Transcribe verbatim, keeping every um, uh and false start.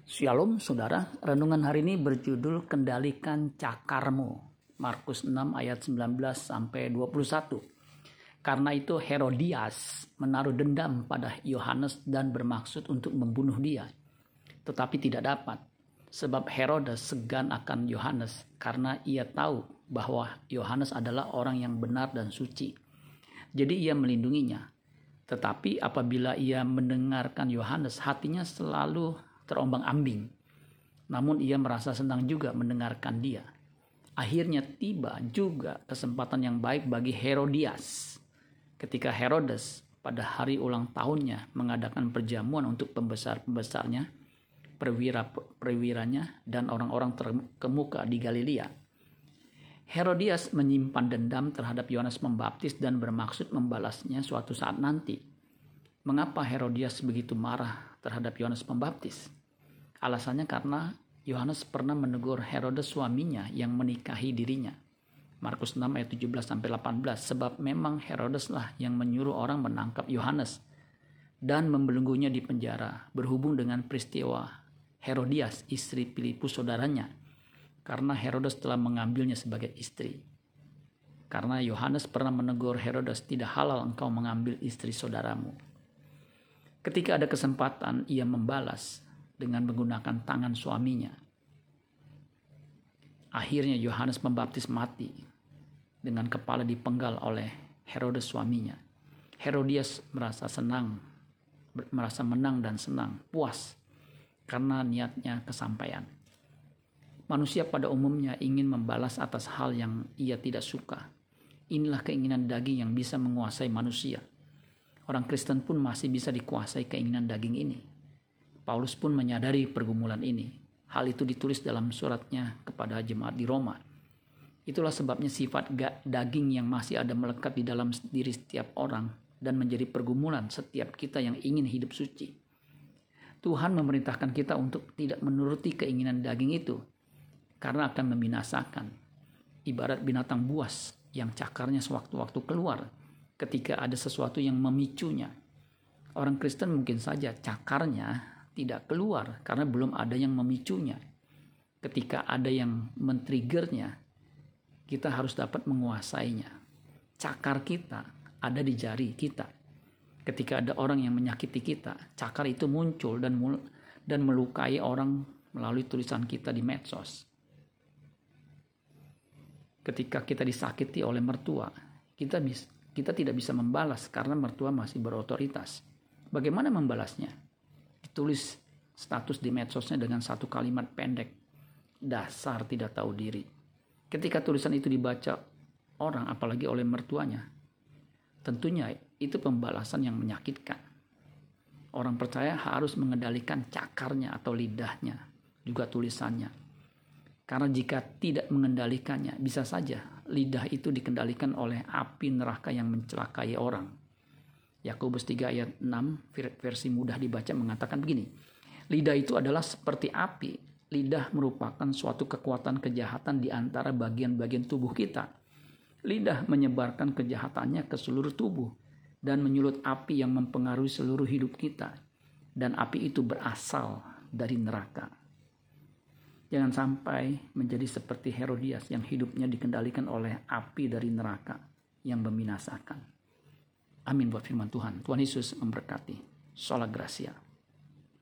Shalom saudara, renungan hari ini berjudul Kendalikan Cakarmu, Markus enam ayat sembilan belas sampai dua puluh satu. Karena itu Herodias menaruh dendam pada Yohanes dan bermaksud untuk membunuh dia. Tetapi tidak dapat, sebab Herodes segan akan Yohanes karena ia tahu bahwa Yohanes adalah orang yang benar dan suci. Jadi ia melindunginya. Tetapi apabila ia mendengarkan Yohanes, hatinya selalu terombang-ambing. Namun ia merasa senang juga mendengarkan dia. Akhirnya tiba juga kesempatan yang baik bagi Herodias. Ketika Herodes pada hari ulang tahunnya mengadakan perjamuan untuk pembesar-pembesarnya, perwira-perwiranya, dan orang-orang terkemuka di Galilea. Herodias menyimpan dendam terhadap Yohanes Pembaptis dan bermaksud membalasnya suatu saat nanti. Mengapa Herodias begitu marah terhadap Yohanes Pembaptis? Alasannya karena Yohanes pernah menegur Herodes suaminya yang menikahi dirinya. Markus enam ayat tujuh belas sampai delapan belas. Sebab memang Herodes lah yang menyuruh orang menangkap Yohanes dan membelenggunya di penjara berhubung dengan peristiwa Herodias istri Filipus saudaranya, karena Herodes telah mengambilnya sebagai istri. Karena Yohanes pernah menegur Herodes, tidak halal engkau mengambil istri saudaramu. Ketika ada kesempatan, ia membalas dengan menggunakan tangan suaminya. Akhirnya Yohanes Pembaptis mati dengan kepala dipenggal oleh Herodes suaminya. Herodias merasa senang, merasa menang dan senang, puas karena niatnya kesampaian. Manusia pada umumnya ingin membalas atas hal yang ia tidak suka. Inilah keinginan daging yang bisa menguasai manusia. Orang Kristen pun masih bisa dikuasai keinginan daging ini. Paulus pun menyadari pergumulan ini. Hal itu ditulis dalam suratnya kepada jemaat di Roma. Itulah sebabnya sifat daging yang masih ada melekat di dalam diri setiap orang dan menjadi pergumulan setiap kita yang ingin hidup suci. Tuhan memerintahkan kita untuk tidak menuruti keinginan daging itu, karena akan membinasakan. Ibarat binatang buas yang cakarnya sewaktu-waktu keluar ketika ada sesuatu yang memicunya. Orang Kristen mungkin saja cakarnya tidak keluar karena belum ada yang memicunya. Ketika ada yang men-triggernya, kita harus dapat menguasainya. Cakar kita ada di jari kita. Ketika ada orang yang menyakiti kita, cakar itu muncul dan mul- dan melukai orang melalui tulisan kita di medsos. Ketika kita disakiti oleh mertua, kita bis- kita tidak bisa membalas karena mertua masih berotoritas. Bagaimana membalasnya? Ditulis status di medsosnya dengan satu kalimat pendek, dasar tidak tahu diri. Ketika tulisan itu dibaca orang, apalagi oleh mertuanya, tentunya itu pembalasan yang menyakitkan. Orang percaya harus mengendalikan cakarnya atau lidahnya, juga tulisannya. Karena jika tidak mengendalikannya, bisa saja lidah itu dikendalikan oleh api neraka yang mencelakai orang. Yakobus tiga ayat enam versi mudah dibaca mengatakan begini. Lidah itu adalah seperti api. Lidah merupakan suatu kekuatan kejahatan di antara bagian-bagian tubuh kita. Lidah menyebarkan kejahatannya ke seluruh tubuh dan menyulut api yang mempengaruhi seluruh hidup kita. Dan api itu berasal dari neraka. Jangan sampai menjadi seperti Herodias yang hidupnya dikendalikan oleh api dari neraka yang membinasakan. Amin buat firman Tuhan. Tuhan Yesus memberkati. Sola Gracia.